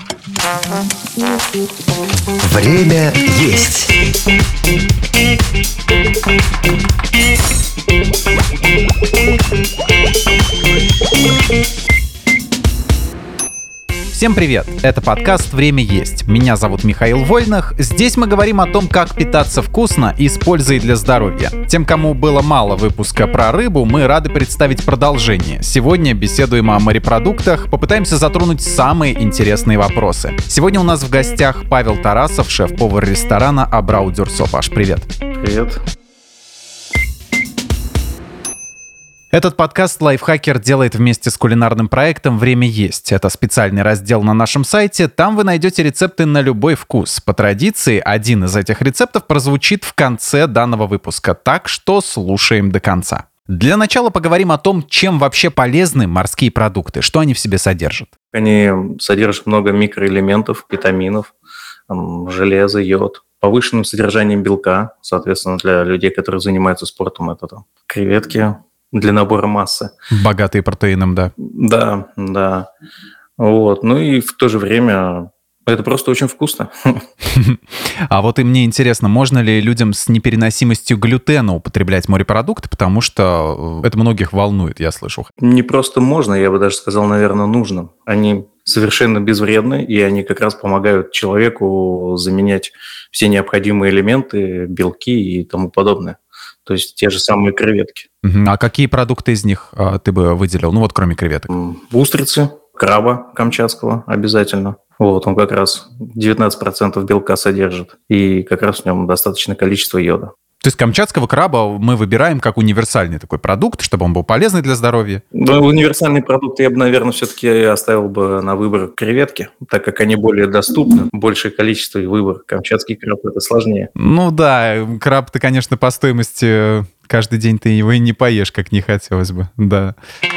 Время есть. Всем привет! Это подкаст «Время есть». Меня зовут Михаил Вольных. Здесь мы говорим о том, как питаться вкусно и с пользой для здоровья. Тем, кому было мало выпуска про рыбу, мы рады представить продолжение. Сегодня беседуем о морепродуктах, попытаемся затронуть самые интересные вопросы. Сегодня у нас в гостях Павел Тарасов, шеф-повар ресторана Абрау Дюрсо. Паш, привет! Привет! Этот подкаст лайфхакер делает вместе с кулинарным проектом «Время есть». Это специальный раздел на нашем сайте. Там вы найдете рецепты на любой вкус. По традиции, один из этих рецептов прозвучит в конце данного выпуска, так что слушаем до конца. Для начала поговорим о том, чем вообще полезны морские продукты, что они в себе содержат. Они содержат много микроэлементов, витаминов, железа, йод, повышенным содержанием белка, соответственно, для людей, которые занимаются спортом, это креветки для набора массы. Богатые протеином, да. Да. Вот. Ну и в то же время это просто очень вкусно. А вот и мне интересно, можно ли людям с непереносимостью глютена употреблять морепродукты, потому что это многих волнует, я слышу. Не просто можно, я бы даже сказал, наверное, нужно. Они совершенно безвредны, и они как раз помогают человеку заменять все необходимые элементы, белки и тому подобное. То есть те же самые креветки. А какие продукты из них ты бы выделил? Ну вот кроме креветок. Устрицы, краба камчатского обязательно. Вот, он как раз 19% белка содержит, и как раз в нем достаточное количество йода. То есть камчатского краба мы выбираем как универсальный такой продукт, чтобы он был полезный для здоровья? Да, универсальный продукт я бы, наверное, все-таки оставил бы на выбор креветки, так как они более доступны, большее количество и выбор. Камчатский краб – это сложнее. Ну да, краб-то, конечно, по стоимости каждый день ты его и не поешь, как не хотелось бы, да.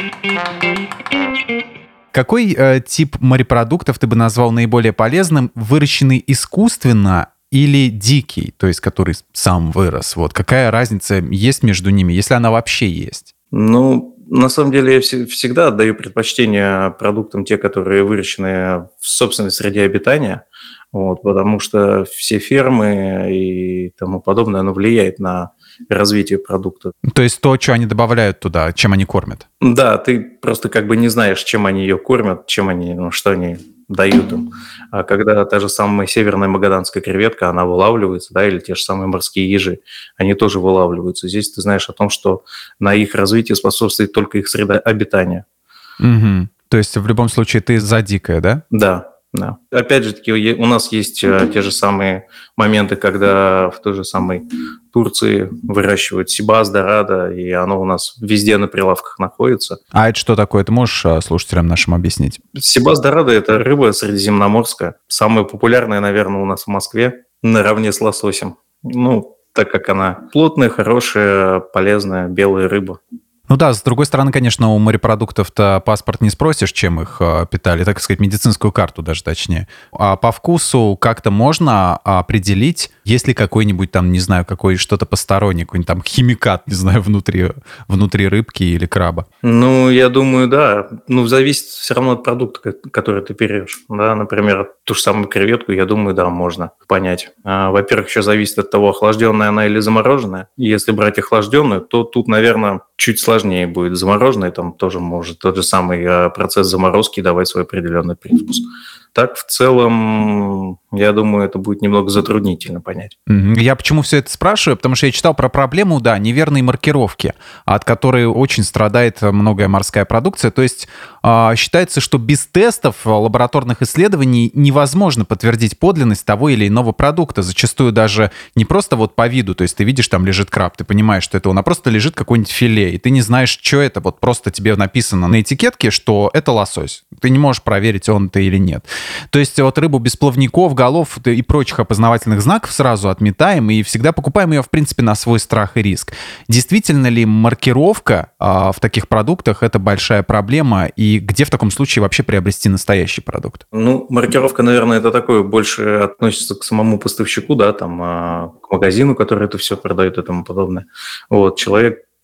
Какой тип морепродуктов ты бы назвал наиболее полезным, выращенный искусственно или дикий, то есть который сам вырос? Вот какая разница есть между ними, если она вообще есть? Ну, на самом деле я всегда отдаю предпочтение продуктам, те, которые выращены в собственной среде обитания, вот, потому что все фермы и тому подобное, оно влияет на развитие продукта. То есть то, что они добавляют туда, чем они кормят? Да, ты просто как бы не знаешь, чем они ее кормят, что они дают им. А когда та же самая северная магаданская креветка, она вылавливается, да, или те же самые морские ежи, они тоже вылавливаются. Здесь ты знаешь о том, что на их развитие способствует только их среда обитания. Угу. То есть в любом случае ты за дикое, да? Да. Опять же таки, у нас есть те же самые моменты, когда в той же самой Турции выращивают сибас, дорадо, и оно у нас везде на прилавках находится. А это что такое? Ты можешь слушателям нашим объяснить? Сибас, дорадо – это рыба средиземноморская. Самая популярная, наверное, у нас в Москве, наравне с лососем. Ну, так как она плотная, хорошая, полезная, белая рыба. Ну да, с другой стороны, конечно, у морепродуктов-то паспорт не спросишь, чем их питали, так сказать, медицинскую карту даже точнее. А по вкусу как-то можно определить, есть ли какой-нибудь там, не знаю, что-то постороннее, какой-нибудь там химикат, не знаю, внутри рыбки или краба? Ну, я думаю, да. Ну, зависит все равно от продукта, который ты берешь. Да, например, ту же самую креветку, я думаю, да, можно понять. Во-первых, еще зависит от того, охлажденная она или замороженная. Если брать охлажденную, то тут, наверное, чуть сложнее будет. Замороженная там тоже может тот же самый процесс заморозки давать свой определенный привкус. Так, в целом, я думаю, это будет немного затруднительно понять. Я почему все это спрашиваю? Потому что я читал про проблему, да, неверной маркировки, от которой очень страдает многое морская продукция. То есть считается, что без тестов, лабораторных исследований невозможно подтвердить подлинность того или иного продукта. Зачастую даже не просто вот по виду, то есть ты видишь, там лежит краб, ты понимаешь, что это он, а просто лежит какое-нибудь филе, и ты не знаешь, что это. Вот просто тебе написано на этикетке, что это лосось. Ты не можешь проверить, он это или нет. То есть вот рыбу без плавников, голов и прочих опознавательных знаков сразу отметаем и всегда покупаем ее, в принципе, на свой страх и риск. Действительно ли маркировка в таких продуктах — это большая проблема? И где в таком случае вообще приобрести настоящий продукт? Ну, маркировка, наверное, это такое, больше относится к самому поставщику, да, там, к магазину, который это все продает и тому подобное. Вот, человек,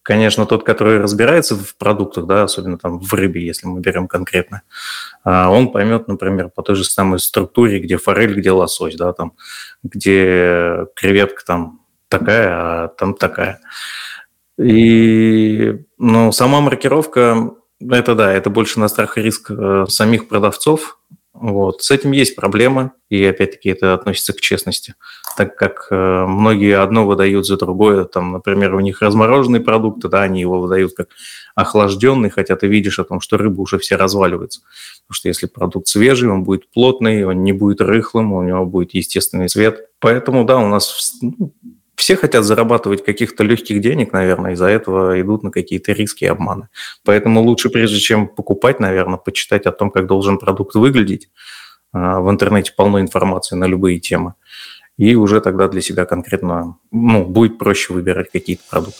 конечно, тот, который разбирается в продуктах, да, особенно там в рыбе, если мы берем конкретно, он поймет, например, по той же самой структуре, где форель, где лосось, да, там, где креветка там такая, а там такая. И, ну, сама маркировка, это да, это больше на страх и риск самих продавцов. Вот. С этим есть проблемы, и опять-таки это относится к честности, так как многие одно выдают за другое, там, например, у них размороженные продукты, да, они его выдают как охлажденный, хотя ты видишь о том, что рыба уже все разваливается, потому что если продукт свежий, он будет плотный, он не будет рыхлым, у него будет естественный цвет, поэтому, да, у нас все хотят зарабатывать каких-то легких денег, наверное, из-за этого идут на какие-то риски и обманы. Поэтому лучше, прежде чем покупать, наверное, почитать о том, как должен продукт выглядеть. В интернете полно информации на любые темы. И уже тогда для себя конкретно будет проще выбирать какие-то продукты.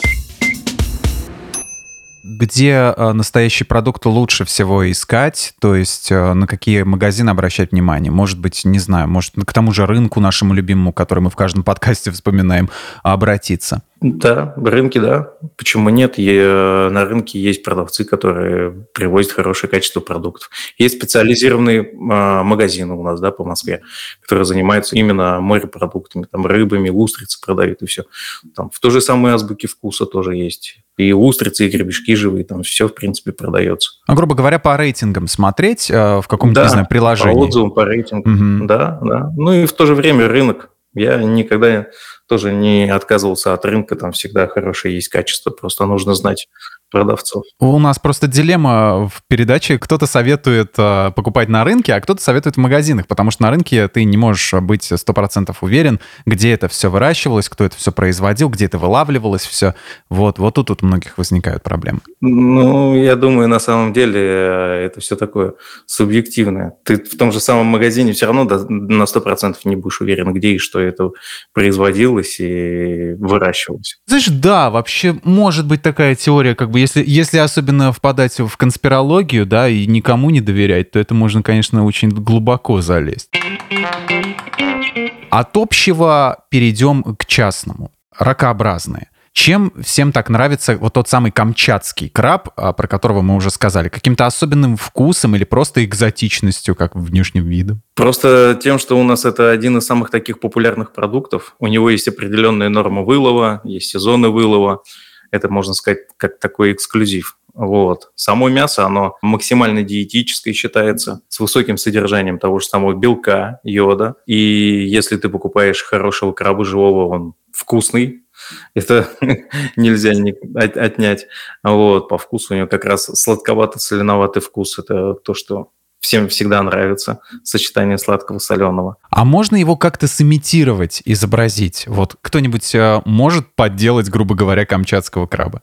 Где настоящий продукт лучше всего искать, то есть на какие магазины обращать внимание? Может быть, не знаю, может к тому же рынку нашему любимому, который мы в каждом подкасте вспоминаем, обратиться? Да, рынки, да. Почему нет? На рынке есть продавцы, которые привозят хорошее качество продуктов. Есть специализированные магазины у нас, да, по Москве, которые занимаются именно морепродуктами, там рыбами, устрицы продают и все. Там в той же самой азбуке вкуса тоже есть. И устрицы, и гребешки живые, там все, в принципе, продается. А, грубо говоря, по рейтингам смотреть в каком-то, не знаю, приложении? По отзывам, по рейтингам, да. Ну и в то же время рынок. Я никогда тоже не отказывался от рынка, там всегда хорошее есть качество, просто нужно знать продавцов. У нас просто дилемма в передаче. Кто-то советует покупать на рынке, а кто-то советует в магазинах, потому что на рынке ты не можешь быть 100% уверен, где это все выращивалось, кто это все производил, где это вылавливалось все. Вот тут у многих возникают проблемы. Ну, я думаю, на самом деле это все такое субъективное. Ты в том же самом магазине все равно на 100% не будешь уверен, где и что это производилось и выращивалось. Знаешь, да, вообще может быть такая теория, как бы если особенно впадать в конспирологию, да, и никому не доверять, то это можно, конечно, очень глубоко залезть. От общего перейдем к частному. Ракообразные. Чем всем так нравится вот тот самый камчатский краб, про которого мы уже сказали? Каким-то особенным вкусом или просто экзотичностью, как внешним видом? Просто тем, что у нас это один из самых таких популярных продуктов. У него есть определенные нормы вылова, есть сезоны вылова. Это, можно сказать, как такой эксклюзив. Вот. Само мясо, оно максимально диетическое считается, с высоким содержанием того же самого белка, йода. И если ты покупаешь хорошего краба живого, он вкусный. Это нельзя отнять. Вот. По вкусу у него как раз сладковато-соленоватый вкус. Это то, что всем всегда нравится, сочетание сладкого-соленого. А можно его как-то сымитировать, изобразить? Вот кто-нибудь может подделать, грубо говоря, камчатского краба?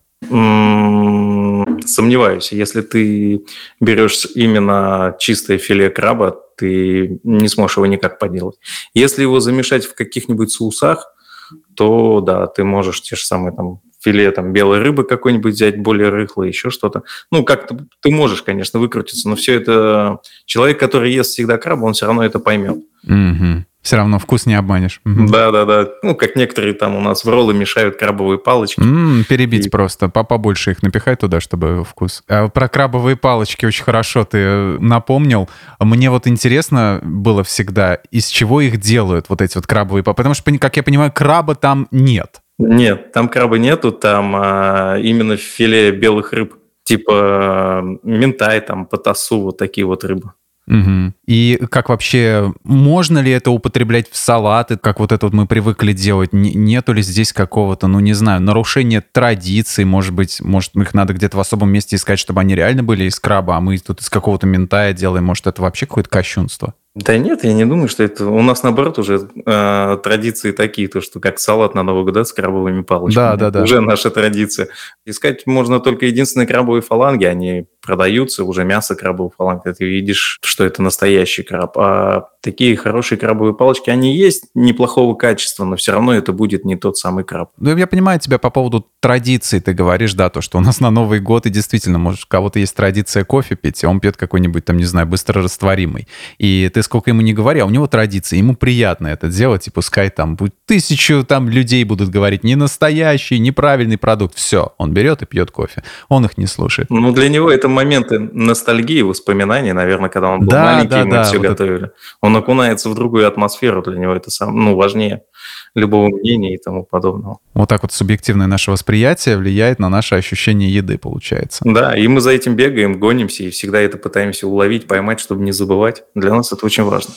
Сомневаюсь. Если ты берешь именно чистое филе краба, ты не сможешь его никак поделать. Если его замешать в каких-нибудь соусах, то да, ты можешь те же самые там филе там, белой рыбы какой-нибудь взять, более рыхлое, еще что-то. Ну, как-то ты можешь, конечно, выкрутиться, но все это... Человек, который ест всегда краба, он все равно это поймет. Угу. Все равно вкус не обманешь. Угу. Да. Ну, как некоторые там у нас в роллы мешают крабовые палочки. Перебить просто. Побольше их напихай туда, чтобы вкус. Про крабовые палочки очень хорошо ты напомнил. Мне вот интересно было всегда, из чего их делают, вот эти вот крабовые палочки. Потому что, как я понимаю, краба там нет. Нет, там краба нету, там именно филе белых рыб. Типа минтай, там, патасу, вот такие вот рыбы. Угу. И как вообще, можно ли это употреблять в салаты, как вот это вот мы привыкли делать? Нету ли здесь какого-то, ну не знаю, нарушения традиций, может быть, их надо где-то в особом месте искать, чтобы они реально были из краба, а мы тут из какого-то минтая делаем, может, это вообще какое-то кощунство? Да нет, я не думаю, что это... У нас, наоборот, уже традиции такие, то, что как салат на Новый год, да, с крабовыми палочками. Да. Уже наша традиция. Искать можно только единственные крабовые фаланги, они продаются, уже мясо крабовых палок, ты видишь, что это настоящий краб. А такие хорошие крабовые палочки, они есть неплохого качества, но все равно это будет не тот самый краб. Ну, я понимаю тебя по поводу традиций. Ты говоришь, да, то, что у нас на Новый год, и действительно, может, у кого-то есть традиция кофе пить, а он пьет какой-нибудь там, не знаю, быстрорастворимый. И ты сколько ему не говори, а у него традиция, ему приятно это делать, и пускай там будет 1000 там людей будут говорить, не настоящий, неправильный продукт. Все, он берет и пьет кофе. Он их не слушает. Ну, для него это моменты ностальгии, воспоминаний, наверное, когда он был маленький, и мы все готовили. Он окунается в другую атмосферу, для него это важнее любого мнения и тому подобного. Вот так вот субъективное наше восприятие влияет на наше ощущение еды, получается. Да, и мы за этим бегаем, гонимся, и всегда это пытаемся уловить, поймать, чтобы не забывать. Для нас это очень важно.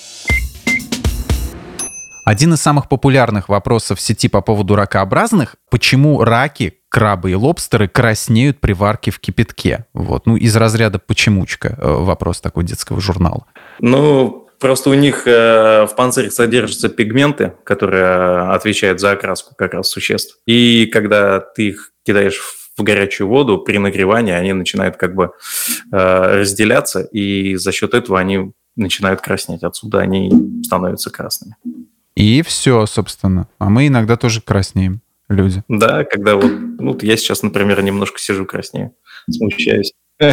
Один из самых популярных вопросов в сети по поводу ракообразных: почему раки, крабы и лобстеры краснеют при варке в кипятке? Вот. Ну, из разряда «почемучка» вопрос такой детского журнала. Ну, просто у них в панцире содержатся пигменты, которые отвечают за окраску как раз существ. И когда ты их кидаешь в горячую воду, при нагревании они начинают как бы разделяться, и за счет этого они начинают краснеть. Отсюда они становятся красными. И все, собственно. А мы иногда тоже краснеем, люди. Да, когда вот я сейчас, например, немножко сижу краснею, смущаюсь.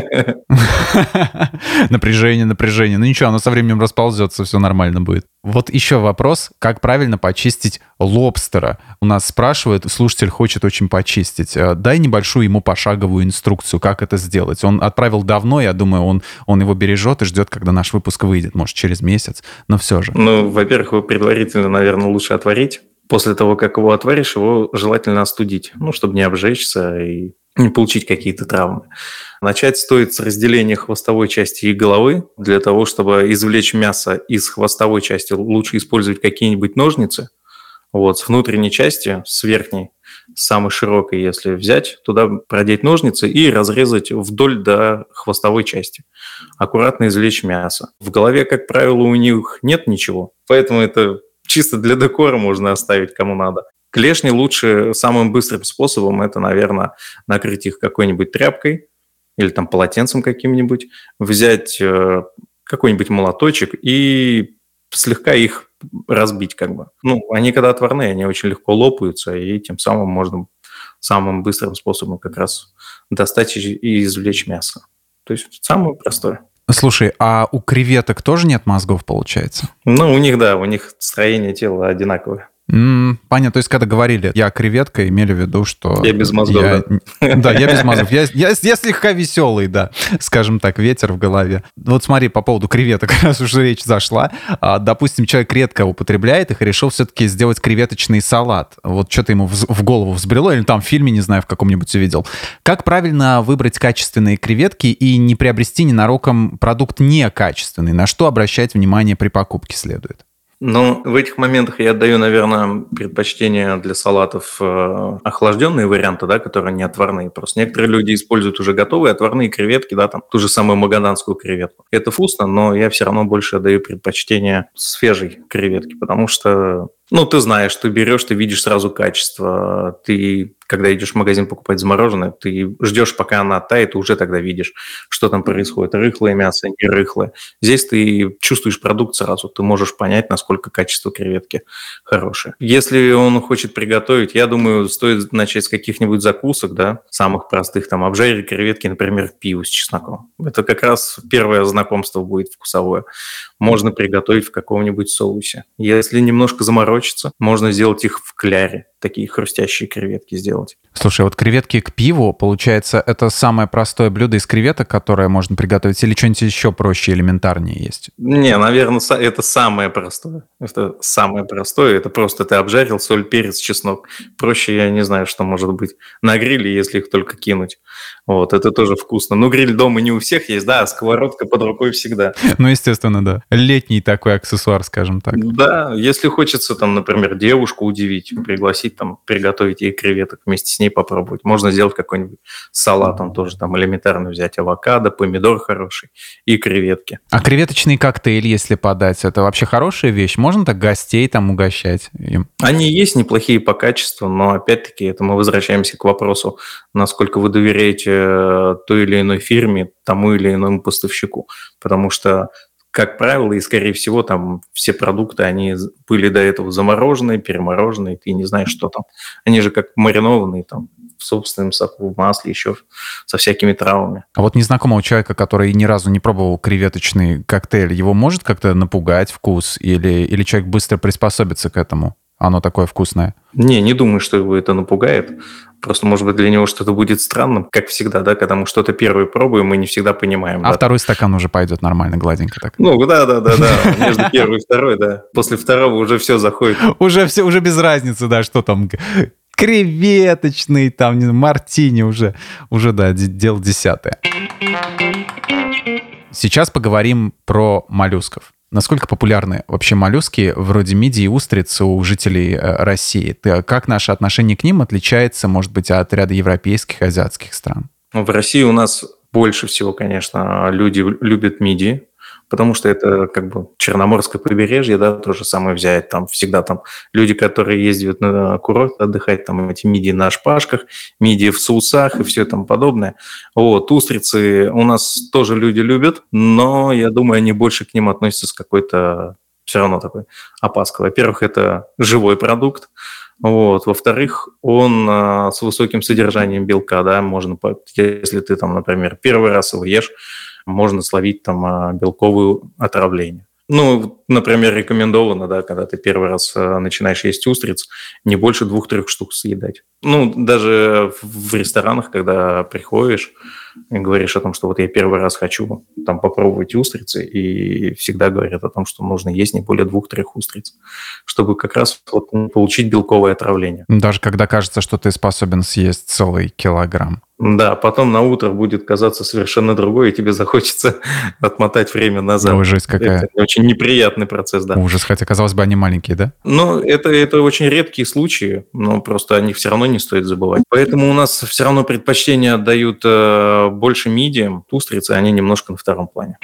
Напряжение. Ну ничего, оно со временем расползется, все нормально будет. Вот еще вопрос, как правильно почистить лобстера. У нас спрашивают, слушатель хочет очень почистить. Дай небольшую ему пошаговую инструкцию, как это сделать. Он отправил давно, я думаю, он его бережет и ждет, когда наш выпуск выйдет, может, через месяц, но все же. Ну, во-первых, его предварительно, наверное, лучше отварить. После того, как его отваришь, его желательно остудить, чтобы не обжечься и не получить какие-то травмы. Начать стоит с разделения хвостовой части и головы. Для того, чтобы извлечь мясо из хвостовой части, лучше использовать какие-нибудь ножницы. Вот, с внутренней части, с верхней, самой широкой, если взять, туда продеть ножницы и разрезать вдоль до хвостовой части. Аккуратно извлечь мясо. В голове, как правило, у них нет ничего, поэтому это чисто для декора можно оставить кому надо. Клешни лучше самым быстрым способом, это, наверное, накрыть их какой-нибудь тряпкой или там полотенцем каким-нибудь, взять какой-нибудь молоточек и слегка их разбить как бы. Они когда отварные, они очень легко лопаются, и тем самым можно самым быстрым способом как раз достать и извлечь мясо. То есть самое простое. Слушай, а у креветок тоже нет мозгов, получается? У них строение тела одинаковое. Понятно. То есть, когда говорили «я креветка», имели в виду, что... Я без мозгов, да. Да, я без мозгов. Я слегка веселый, да. Скажем так, ветер в голове. Вот смотри, по поводу креветок, раз уж речь зашла. Допустим, человек редко употребляет их и решил все-таки сделать креветочный салат. Вот что-то ему в голову взбрело, или там в фильме, не знаю, в каком-нибудь увидел. Как правильно выбрать качественные креветки и не приобрести ненароком продукт некачественный? На что обращать внимание при покупке следует? В этих моментах я отдаю, наверное, предпочтение для салатов охлажденные варианты, да, которые не отварные. Просто некоторые люди используют уже готовые отварные креветки, да, там ту же самую магаданскую креветку. Это вкусно, но я все равно больше отдаю предпочтение свежей креветке, потому что, ты знаешь, ты берешь, ты видишь сразу качество, ты... Когда идешь в магазин покупать замороженное, ты ждешь, пока она оттает, и уже тогда видишь, что там происходит. Рыхлое мясо, не рыхлое. Здесь ты чувствуешь продукт сразу, ты можешь понять, насколько качество креветки хорошее. Если он хочет приготовить, я думаю, стоит начать с каких-нибудь закусок, да, самых простых, там, обжарить креветки, например, в пиво с чесноком. Это как раз первое знакомство будет вкусовое. Можно приготовить в каком-нибудь соусе. Если немножко заморочиться, можно сделать их в кляре. Такие хрустящие креветки сделать. Слушай, вот креветки к пиву, получается, это самое простое блюдо из креветок, которое можно приготовить, или что-нибудь еще проще, элементарнее есть? Не, наверное, это самое простое. Это самое простое. Это просто ты обжарил соль, перец, чеснок. Проще я не знаю, что может быть. На гриле, если их только кинуть. Вот, это тоже вкусно. Гриль дома не у всех есть, да, а сковородка под рукой всегда. Естественно, да. Летний такой аксессуар, скажем так. Да, если хочется, там, например, девушку удивить, пригласить захотите там приготовить и креветок вместе с ней попробовать. Можно сделать какой-нибудь салат, там тоже там элементарно взять авокадо, помидор хороший и креветки. А креветочный коктейль, если подать, это вообще хорошая вещь? Можно так гостей там угощать им? Они есть неплохие по качеству, но опять-таки это мы возвращаемся к вопросу, насколько вы доверяете той или иной фирме, тому или иному поставщику. Потому что, как правило, и скорее всего, там все продукты, они были до этого замороженные, перемороженные, ты не знаешь, что там. Они же как маринованные, там, в собственном соку, в масле, еще со всякими травами. А вот незнакомого человека, который ни разу не пробовал креветочный коктейль, его может как-то напугать вкус? Или человек быстро приспособится к этому? Оно такое вкусное. Не думаю, что его это напугает. Просто, может быть, для него что-то будет странным, как всегда, да, когда мы что-то первое пробуем, мы не всегда понимаем. А да. второй стакан уже пойдет нормально, гладенько так. Ну, да, между первой и второй, да. После второго уже все заходит. Уже без разницы, да, что там креветочный, там, не знаю, мартини уже, да, дело десятое. Сейчас поговорим про моллюсков. Насколько популярны вообще моллюски вроде мидий и устриц у жителей России? Как наше отношение к ним отличается, может быть, от ряда европейских, азиатских стран? В России у нас больше всего, конечно, люди любят мидии, потому что это как бы Черноморское побережье, да, то же самое взять, там всегда там люди, которые ездят на курорт отдыхать, там эти мидии на шпажках, мидии в соусах и все тому подобное. Вот, устрицы у нас тоже люди любят, но я думаю, они больше к ним относятся с какой-то все равно такой опаской. Во-первых, это живой продукт, вот. Во-вторых, он с высоким содержанием белка, да, можно, если ты там, например, первый раз его ешь, можно словить там белковое отравление. Ну, например, рекомендовано, да, когда ты первый раз начинаешь есть устриц, не больше 2-3 штук съедать. Ну, даже в ресторанах, когда приходишь и говоришь о том, что вот я первый раз хочу там попробовать устрицы, и всегда говорят о том, что нужно есть не более 2-3 устриц, чтобы как раз вот получить белковое отравление. Даже когда кажется, что ты способен съесть целый килограмм. Да, потом на утро будет казаться совершенно другое, и тебе захочется отмотать время назад. Ужас какая. Это очень неприятный процесс, да. Ужас, хотя, казалось бы, они маленькие, да? Ну, это очень редкие случаи, но просто о них все равно не стоит забывать. Поэтому у нас все равно предпочтение отдают больше мидиям, устрицы, они немножко на втором плане.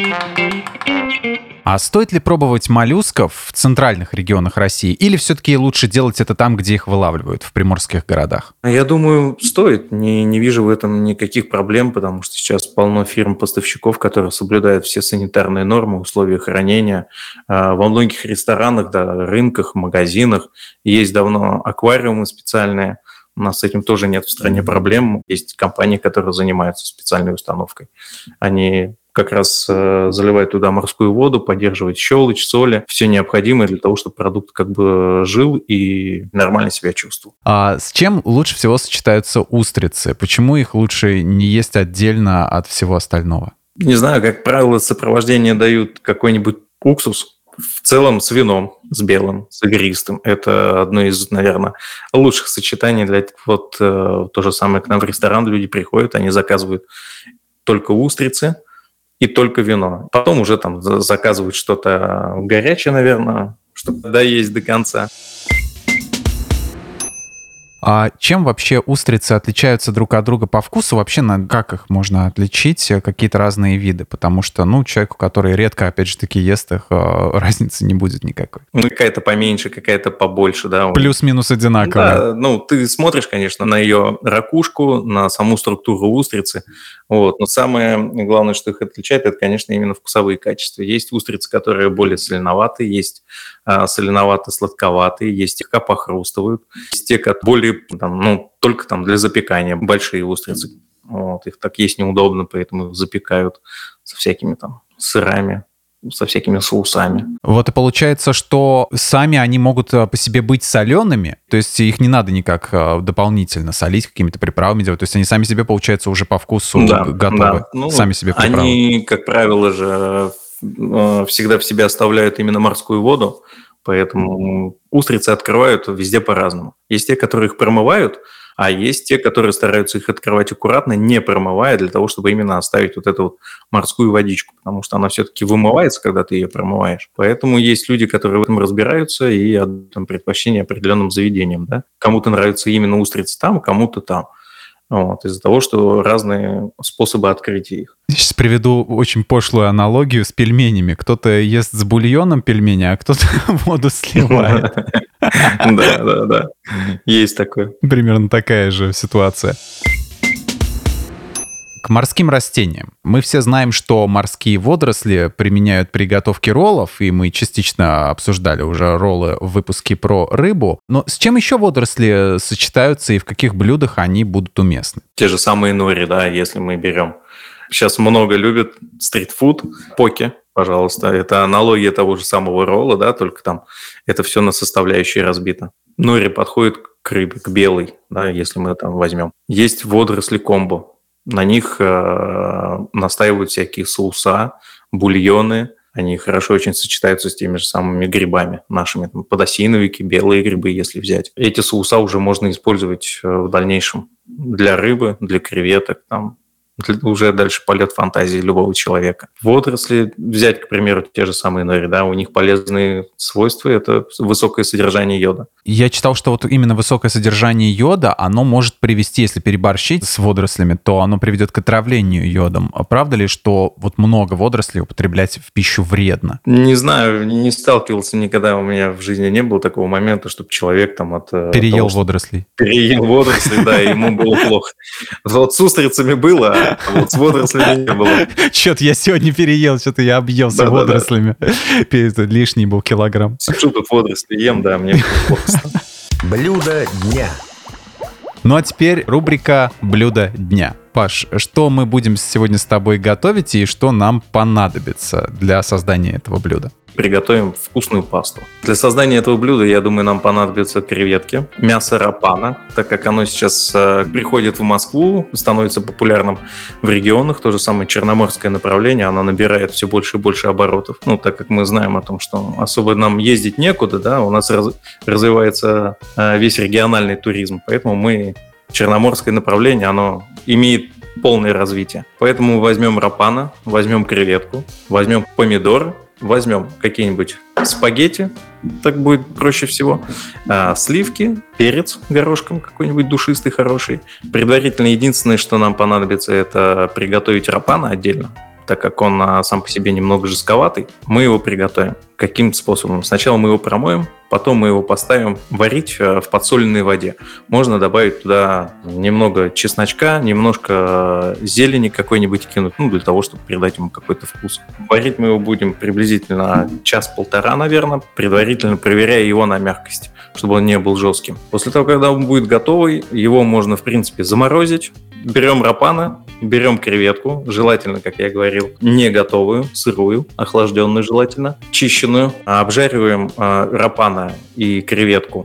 А стоит ли пробовать моллюсков в центральных регионах России? Или все-таки лучше делать это там, где их вылавливают, в приморских городах? Я думаю, стоит. Не вижу в этом никаких проблем, потому что сейчас полно фирм-поставщиков, которые соблюдают все санитарные нормы, условия хранения. Во многих ресторанах, да, рынках, магазинах есть давно аквариумы специальные. У нас с этим тоже нет в стране проблем. Есть компании, которые занимаются специальной установкой. Они как раз заливают туда морскую воду, поддерживают щелочь, соли, все необходимое для того, чтобы продукт как бы жил и нормально себя чувствовал. А с чем лучше всего сочетаются устрицы? Почему их лучше не есть отдельно от всего остального? Не знаю, как правило, сопровождение дают какой-нибудь уксус. В целом с вином, с белым, с игристым. Это одно из, наверное, лучших сочетаний для вот то же самое к нам в ресторан люди приходят, они заказывают только устрицы и только вино. Потом уже там заказывают что-то горячее, наверное, чтобы доесть до конца. А чем вообще устрицы отличаются друг от друга по вкусу? Вообще, как их можно отличить? Какие-то разные виды? Потому что, человеку, который редко, опять же таки, ест их, разницы не будет никакой. Ну, какая-то поменьше, какая-то побольше, да. Плюс-минус одинаковая. Да, ты смотришь, конечно, на ее ракушку, на саму структуру устрицы, вот. Но самое главное, что их отличает, это, конечно, именно вкусовые качества. Есть устрицы, которые более соленоватые, есть соленовато-сладковатые, есть слегка похрустывают, есть те, которые более, только там для запекания, большие устрицы. Вот. Их так есть неудобно, поэтому их запекают со всякими там сырами, со всякими соусами. Вот и получается, что сами они могут по себе быть солеными, то есть их не надо никак дополнительно солить, какими-то приправами делать, то есть они сами себе, получается, уже по вкусу готовы, да. сами себе приправы. Они, как правило же, всегда в себе оставляют именно морскую воду, поэтому устрицы открывают везде по-разному. Есть те, которые их промывают, А есть те, которые стараются их открывать аккуратно, не промывая, для того, чтобы именно оставить вот эту вот морскую водичку, потому что она все-таки вымывается, когда ты ее промываешь. Поэтому есть люди, которые в этом разбираются и отдают предпочтение определенным заведениям. Да? Кому-то нравится именно устрицы там, кому-то там. Вот, из-за того, что разные способы открытия их. Сейчас приведу очень пошлую аналогию с пельменями. Кто-то ест с бульоном пельмени, а кто-то воду сливает. Да. Есть такое. Примерно такая же ситуация. К морским растениям. Мы все знаем, что морские водоросли применяют при готовке роллов, и мы частично обсуждали уже роллы в выпуске про рыбу. Но с чем еще водоросли сочетаются и в каких блюдах они будут уместны? Те же самые нори, да, если мы берем. Сейчас много любят стритфуд, поки, пожалуйста. Это аналогия того же самого ролла, да, только там это все на составляющие разбито. Нори подходит к рыбе, к белой, да, если мы там возьмем. Есть водоросли комбо. На них настаивают всякие соуса, бульоны. Они хорошо очень сочетаются с теми же самыми грибами нашими. Там, подосиновики, белые грибы, если взять. Эти соуса уже можно использовать в дальнейшем для рыбы, для креветок. Там, уже дальше полет фантазии любого человека. Водоросли, взять, к примеру, те же самые нори, да, у них полезные свойства – это высокое содержание йода. Я читал, что вот именно высокое содержание йода, оно может привести, если переборщить с водорослями, то оно приведет к отравлению йодом. А правда ли, что вот много водорослей употреблять в пищу вредно? Не знаю, не сталкивался никогда, у меня в жизни не было такого момента, чтобы человек там от... Переел водорослей. Переел водорослей, да, ему было плохо. Вот с устрицами было, а вот с водорослями не было. Что-то я сегодня переел, что-то я объелся водорослями. Лишний был килограмм. Сижу тут водоросли ем, да, мне плохо стало. Блюдо дня. Ну а теперь рубрика «Блюдо дня». Паш, что мы будем сегодня с тобой готовить и что нам понадобится для создания этого блюда? Приготовим вкусную пасту. Для создания этого блюда, я думаю, нам понадобятся креветки, мясо рапана, так как оно сейчас приходит в Москву, становится популярным в регионах. То же самое черноморское направление, оно набирает все больше и больше оборотов. Ну, так как мы знаем о том, что особо нам ездить некуда, да, у нас развивается весь региональный туризм, поэтому черноморское направление, оно имеет полное развитие. Поэтому возьмем рапана, возьмем креветку, возьмем помидоры, возьмем какие-нибудь спагетти, так будет проще всего, сливки, перец горошком какой-нибудь душистый, хороший. Предварительно единственное, что нам понадобится, это приготовить рапана отдельно, так как он сам по себе немного жестковатый. Мы его приготовим. Каким способом? Сначала мы его промоем, потом мы его поставим варить в подсоленной воде. Можно добавить туда немного чесночка, немножко зелени какой-нибудь кинуть, для того, чтобы придать ему какой-то вкус. Варить мы его будем приблизительно час-полтора, наверное, предварительно проверяя его на мягкость, чтобы он не был жестким. После того, когда он будет готовый, его можно, в принципе, заморозить. Берем рапана, берем креветку, желательно, как я говорил, не готовую, сырую, охлажденную желательно, чищенную. Обжариваем рапана и креветку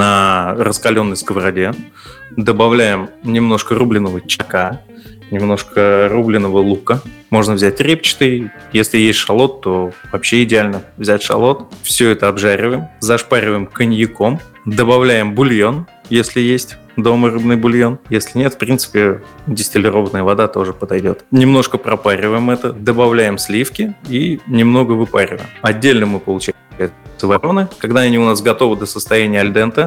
на раскаленной сковороде. Добавляем немножко рубленого чеснока, немножко рубленого лука. Можно взять репчатый. Если есть шалот, то вообще идеально взять шалот. Все это обжариваем, зашпариваем коньяком, добавляем бульон, если есть дома рыбный бульон. Если нет, в принципе, дистиллированная вода тоже подойдет. Немножко пропариваем это, добавляем сливки и немного выпариваем. Отдельно мы получаем вороны. Когда они у нас готовы до состояния аль-денте,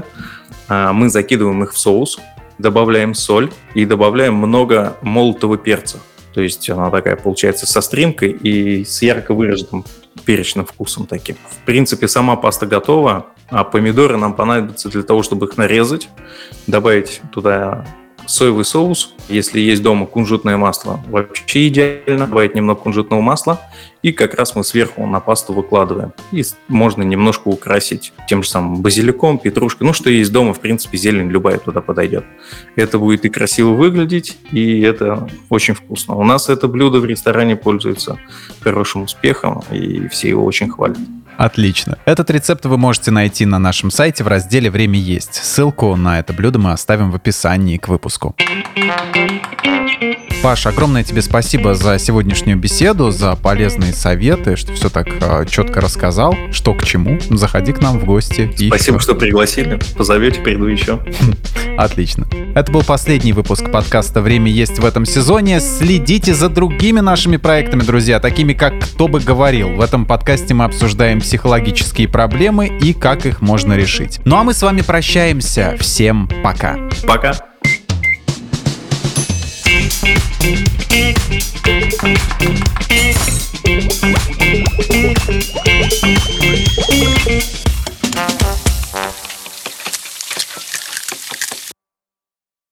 мы закидываем их в соус, добавляем соль и добавляем много молотого перца. То есть она такая получается со стринкой и с ярко выраженным перечным вкусом таким. В принципе, сама паста готова, а помидоры нам понадобятся для того, чтобы их нарезать, добавить туда соевый соус. Если есть дома кунжутное масло, вообще идеально. Добавить немного кунжутного масла. И как раз мы сверху на пасту выкладываем. И можно немножко украсить тем же самым базиликом, петрушкой. Что есть дома, в принципе, зелень любая туда подойдет. Это будет и красиво выглядеть, и это очень вкусно. У нас это блюдо в ресторане пользуется хорошим успехом, и все его очень хвалят. Отлично. Этот рецепт вы можете найти на нашем сайте в разделе «Время есть». Ссылку на это блюдо мы оставим в описании к выпуску. Паш, огромное тебе спасибо за сегодняшнюю беседу, за полезные советы, что все так четко рассказал, что к чему. Заходи к нам в гости. Спасибо, что пригласили. Позовете, приду еще. Отлично. Это был последний выпуск подкаста «Время есть» в этом сезоне. Следите за другими нашими проектами, друзья, такими как «Кто бы говорил». В этом подкасте мы обсуждаем психологические проблемы и как их можно решить. Ну а мы с вами прощаемся. Всем пока. Пока.